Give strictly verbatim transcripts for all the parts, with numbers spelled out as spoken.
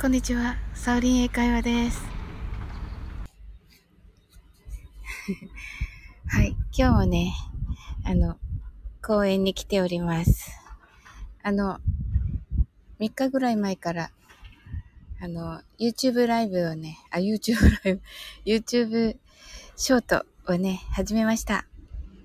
こんにちは、サオリン英会話です。はい、今日もね、あの、公園に来ております。あの、みっかぐらい前から、あの、YouTube ライブをね、あ、YouTube ライブ、YouTube ショートをね、始めました。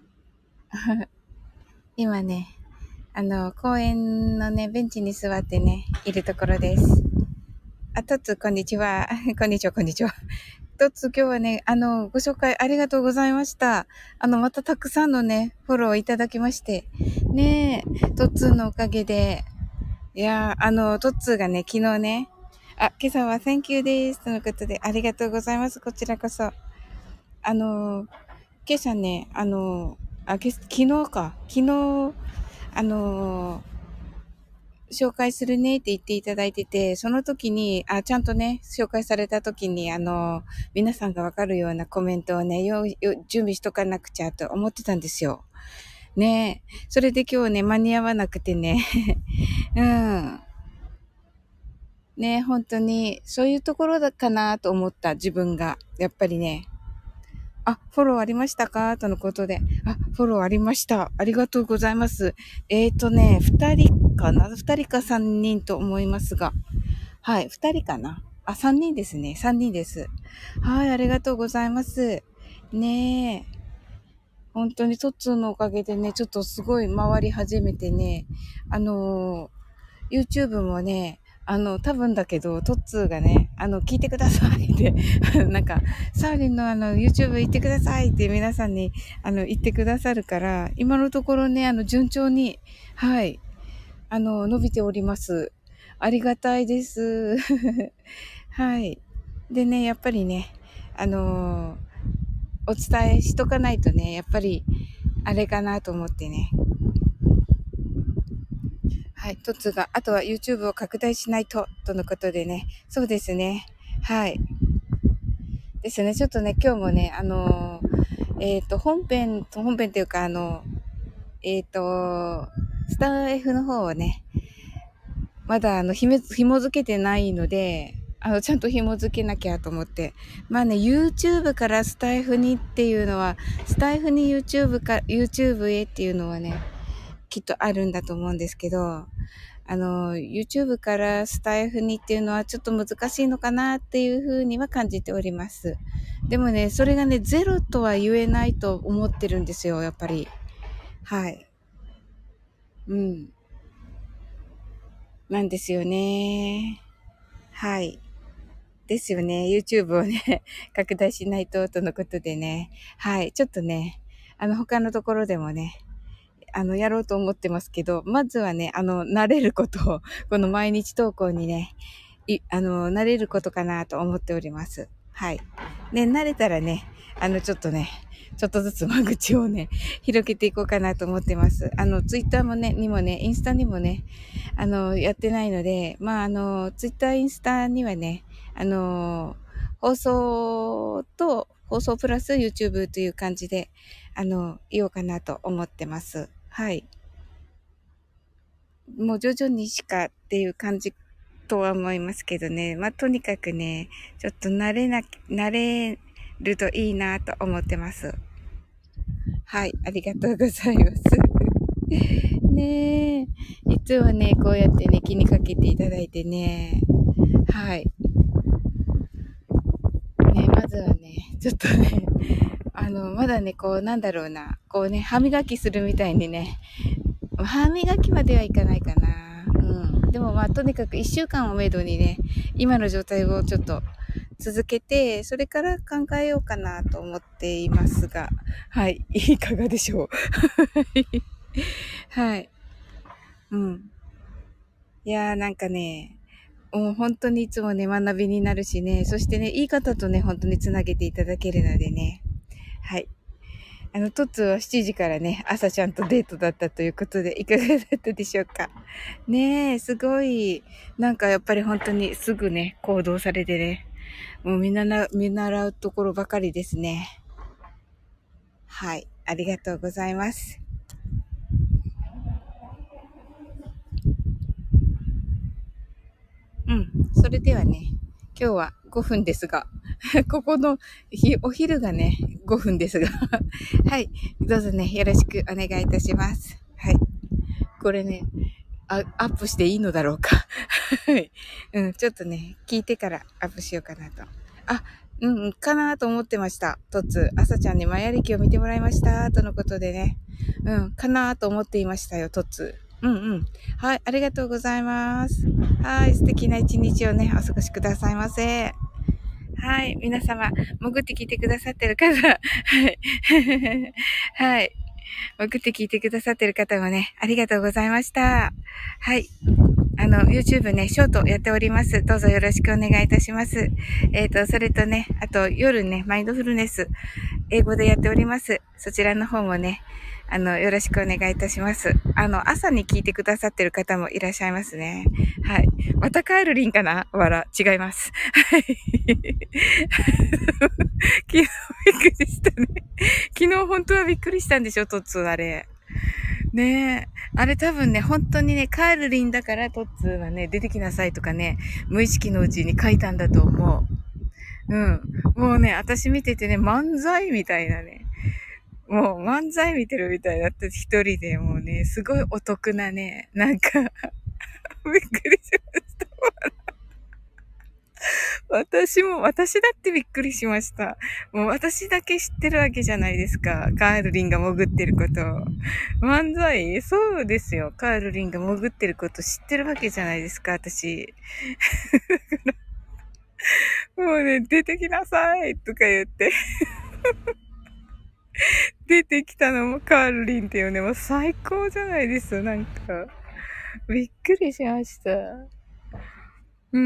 今ね、あの、公園のね、ベンチに座ってね、いるところです。あ、トッツ、こんにちは。こんにちは、こんにちは。トッツ、今日はね、あの、ご紹介ありがとうございました。あの、またたくさんのね、フォローいただきまして。ねえ、トッツーのおかげで。いやー、あの、トッツーがね、昨日ね、あ、今朝は Thank you です。とのことで、ありがとうございます。こちらこそ。あの、今朝ね、あの、あ、け昨日か。昨日、あの、紹介するねって言っていただいてて、その時に、あ、ちゃんとね、紹介された時に、あの、皆さんがわかるようなコメントをね、よ、よ、準備しとかなくちゃと思ってたんですよ。ねえ。それで今日ね、間に合わなくてね。うん。ねえ、本当に、そういうところだかなと思った自分が、やっぱりね、あ、フォローありましたかとのことで。あ、フォローありました。ありがとうございます。えーとね、二人かな二人か三人と思いますが。はい、二人かなあ、三人ですね。三人です。はい、ありがとうございます。ねえ。本当にトッツーのおかげでね、ちょっとすごい回り始めてね、あのー、YouTube もね、あの、多分だけど、トッツーがね、あの、聞いてくださいって、なんか、サーリンのあの、YouTube 行ってくださいって皆さんに、あの、言ってくださるから、今のところね、あの、順調に、はい、あの、伸びております。ありがたいです。はい。でね、やっぱりね、あのーお伝えしとかないとね、やっぱり、あれかなと思ってね。はい。トツが、あとは YouTube を拡大しないと、とのことでね。そうですね。はい。ですね。ちょっとね、今日もね、あのーえっと、本編、本編っていうか、あの、えっと、スター F の方をね、まだあの、ひめ、紐付けてないので、あの、ちゃんと紐付けなきゃと思って。まあね、YouTube からスタイフにっていうのは、スタイフに YouTube か、YouTube へっていうのはね、きっとあるんだと思うんですけど、あの、YouTube からスタイフにっていうのはちょっと難しいのかなっていうふうには感じております。でもね、それがね、ゼロとは言えないと思ってるんですよ、やっぱり。はい。うん。なんですよね。はい。ですよね。YouTube をね、拡大しないと、とのことでね。はい。ちょっとね、あの、他のところでもね、あの、やろうと思ってますけど、まずはね、あの、慣れることを、この毎日投稿にね、い、あの、慣れることかなと思っております。はい。ね、慣れたらね、あの、ちょっとね、ちょっとずつ間口をね、広げていこうかなと思ってます。あの、ツイッターもね、にもね、インスタにもね、あの、やってないので、まあ、あの、ツイッター、インスタにはね、あの、放送と、放送プラス YouTube という感じで、あの、言おうかなと思ってます。はい。もう徐々にしかっていう感じとは思いますけどね。まあ、とにかくね、ちょっと慣れな、慣れるといいなと思ってます。はい。ありがとうございます。ねえ。いつもね、こうやってね、気にかけていただいてね。はい。ね、まずはね、ちょっとね、あの、まだね、こう、なんだろうな、こうね、歯磨きするみたいにね、歯磨きまではいかないかな。うん。でもまあ、とにかく一週間をめどにね、今の状態をちょっと続けて、それから考えようかなと思っていますが、はい。いかがでしょう。はい。うん。いやーなんかね、もう本当にいつもね、学びになるしね、そしてね、いい方とね、本当につなげていただけるのでね。はい。あの、トッツーはしちじからね、朝ちゃんとデートだったということで、いかがだったでしょうか。ねえ、すごい、なんかやっぱり本当にすぐね、行動されてね、もう見習う、見習うところばかりですね。はい。ありがとうございます。 うん。それではね、今日はごふんですが、ここのひお昼がね、ごふんですが、はい。どうぞね、よろしくお願いいたします。はい。これね、あアップしていいのだろうか。はい。うん、ちょっとね、聞いてからアップしようかなと。あ、うん、かなと思ってました。とつ、朝ちゃんにマヤ歴を見てもらいました。とのことでね。うん、かなと思っていましたよ、とつ。うんうん。はい、ありがとうございます。はい、素敵な一日をね、お過ごしくださいませ。はい、皆様、潜って聞いてくださってる方、はい。はい。潜って聞いてくださってる方もね、ありがとうございました。はい。あの、YouTube ね、ショートやっております。どうぞよろしくお願いいたします。えっと、それとね、あと夜ね、マインドフルネス、英語でやっております。そちらの方もね、あの、よろしくお願いいたします。あの、朝に聞いてくださってる方もいらっしゃいますね。はい。またカエルリンかなわら、違います。はい。昨日びっくりしたね。昨日本当はびっくりしたんでしょ、トッツーあれ。ねえ。あれ多分ね、本当にね、カールリンだからトッツーはね、出てきなさいとかね、無意識のうちに書いたんだと思う。うん。もうね、私見ててね、漫才みたいなね。もう漫才見てるみたいになって一人でもうね、すごいお得なね、なんかびっくりしました。私も、私だってびっくりしました。もう私だけ知ってるわけじゃないですか。カールリンが潜ってること。漫才そうですよ。カールリンが潜ってること知ってるわけじゃないですか、私。もうね、出てきなさいとか言って。出てきたのもカールリンっていうね、もう最高じゃないです。なんか。びっくりしました。うん、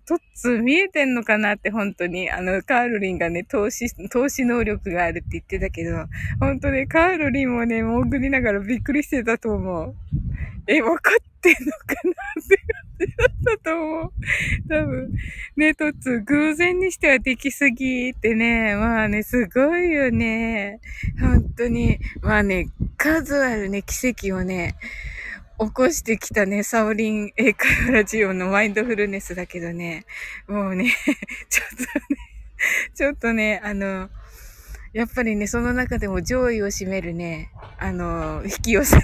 トッツー見えてんのかなって本当に、あの、カールリンがね、投資、投資能力があるって言ってたけど、本当ね、カールリンもね、潜りながらびっくりしてたと思う。え、わかってんのかなって感じだったと思う。多分、ね、トッツー、偶然にしてはできすぎってね、まあね、すごいよね。本当に、まあね、数あるね、奇跡をね、起こしてきたね、サオリン英会話ラジオのマインドフルネスだけどね、もうね、ちょっとね、ちょっとね、あの、やっぱりね、その中でも上位を占めるね、あの、引き寄せ。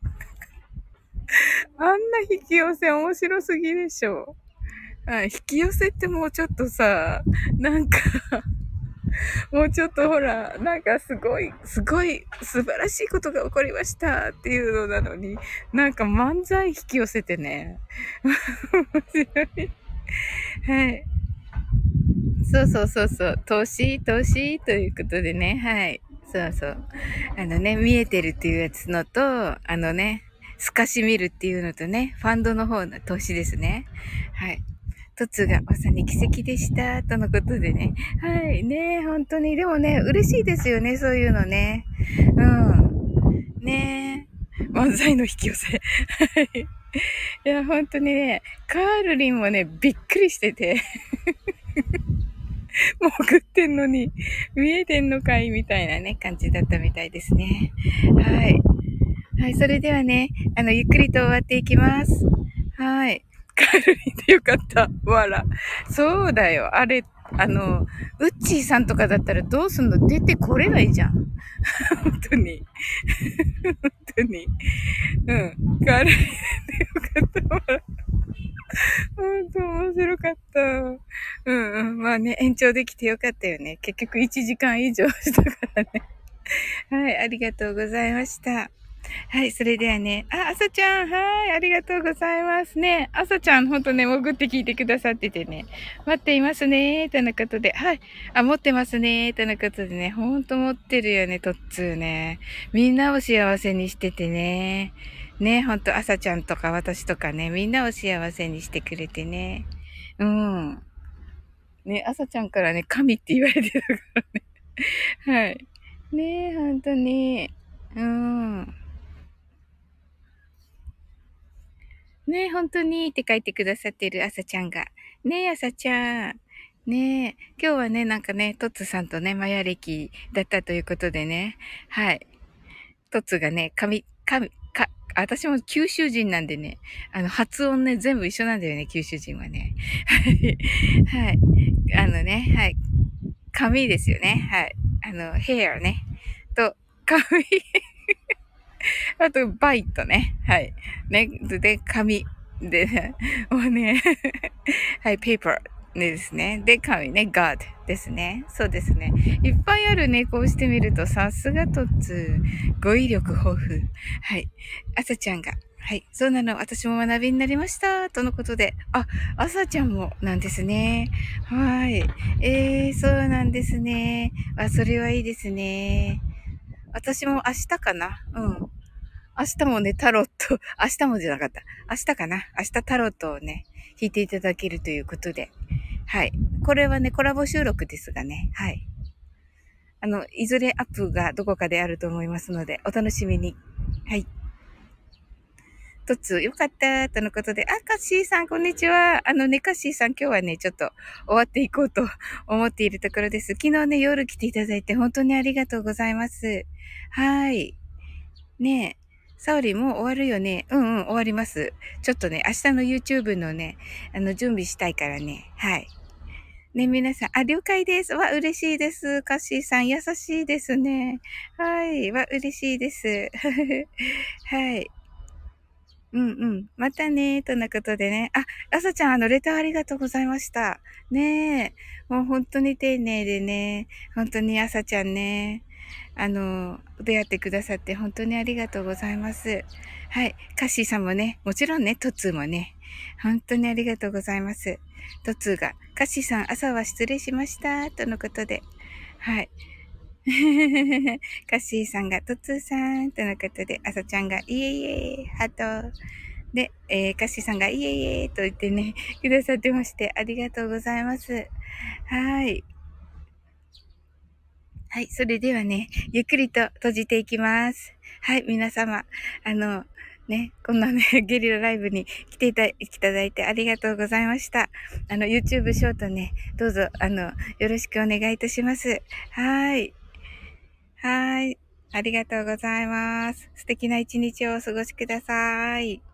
あんな引き寄せ面白すぎでしょ。はい、引き寄せってもうちょっとさ、なんかもうちょっとほら、なんかすごい、すごい素晴らしいことが起こりましたっていうのなのに、なんか漫才引き寄せてね。面白い。はい。そうそうそうそう。投資、投資ということでね。はい。そうそう。あのね、見えてるっていうやつのと、あのね、透かし見るっていうのとね、ファンドの方の投資ですね。はい。トツがまさに奇跡でした、とのことでね。はい、ね本当に。でもね、嬉しいですよね、そういうのね。うん。ね漫才の引き寄せ。はい。いや、本当にね、カールリンもね、びっくりしてて、潜ってんのに、見えてんのかいみたいなね、感じだったみたいですね。はい。はい、それではね、あの、ゆっくりと終わっていきます。はい。カールリンでよかった。わら。そうだよ。あれ、あの、ウッチーさんとかだったらどうすんの出てこれないじゃん。本当に。本当に。うん。カールリンでよかった。わら。本当面白かった。うんうん。まあね、延長できてよかったよね。結局いちじかん以上したからね。はい、ありがとうございました。はい、それではね、あ、あさちゃん、はい、ありがとうございますね。あさちゃん、ほんとね、潜って聞いてくださっててね、待っていますね、とのことで、はい、あ、持ってますね、とのことでね、ほんと持ってるよね、とっつーね。みんなを幸せにしててね。ね、ほんと、あさちゃんとか私とかね、みんなを幸せにしてくれてね。うん。ね、あさちゃんからね、神って言われてたからね。はい。ねえ、ほんとに。うん。ねえ、本当にって書いてくださってる朝ちゃんが。ねえ、朝ちゃん。ねえ、今日はね、なんかね、トッツさんとね、マヤ歴だったということでね。はい。トッツがね、神、神、か、 私も九州人なんでね、あの、発音ね、全部一緒なんだよね、九州人はね。はい。はい。あのね、はい。髪ですよね。はい。あの、hair ね。と、髪。あと、バイトね。はい。ね。で、紙。で、もうね、はい、ペーパーですね。で、紙ね、God ですね。そうですね。いっぱいあるね。こうしてみると、さすがトッツー。語彙力豊富。はい。朝ちゃんが。はい。そうなの。私も学びになりました。とのことで。あ、朝ちゃんもなんですね。はい。えー、そうなんですね。あ、それはいいですね。私も明日かな。うん。明日もね、タロット、明日もじゃなかった。明日かな。明日タロットをね、弾いていただけるということで。はい。これはね、コラボ収録ですがね。はい。あの、いずれアップがどこかであると思いますので、お楽しみに。はい。とつ、よかった、とのことで。あ、カッシーさん、こんにちは。あのね、カッシーさん、今日はね、ちょっと終わっていこうと思っているところです。昨日ね、夜来ていただいて本当にありがとうございます。はい。ねえ。サオリもう終わるよね。うんうん、終わります。ちょっとね、明日の YouTube のね、あの、準備したいからね。はい。ね、皆さん、あ、了解です。わ、嬉しいです。カッシーさん、優しいですね。はい。わ、嬉しいです。はい。うんうん。またね、とのことでね。あ、あさちゃん、あの、レターありがとうございました。ねえ。もう本当に丁寧でね。本当にあさちゃんね。あの、出会ってくださって本当にありがとうございます。はい。カッシーさんもね、もちろんね、トツーもね。本当にありがとうございます。トツーが、カッシーさん、朝は失礼しました。とのことで。はい。カッシーさんが、トツーさん、とのことで、あさちゃんが、いえいえ、ハート。で、えー、カッシーさんが、いえいえ、と言ってね、くださってまして、ありがとうございます。はい。はい。それではね、ゆっくりと閉じていきます。はい。皆様、あの、ね、こんなね、ゲリラライブに来ていたいただいてありがとうございました。あの、YouTube ショートね、どうぞ、あの、よろしくお願いいたします。はい。はい。ありがとうございます。素敵な一日をお過ごしください。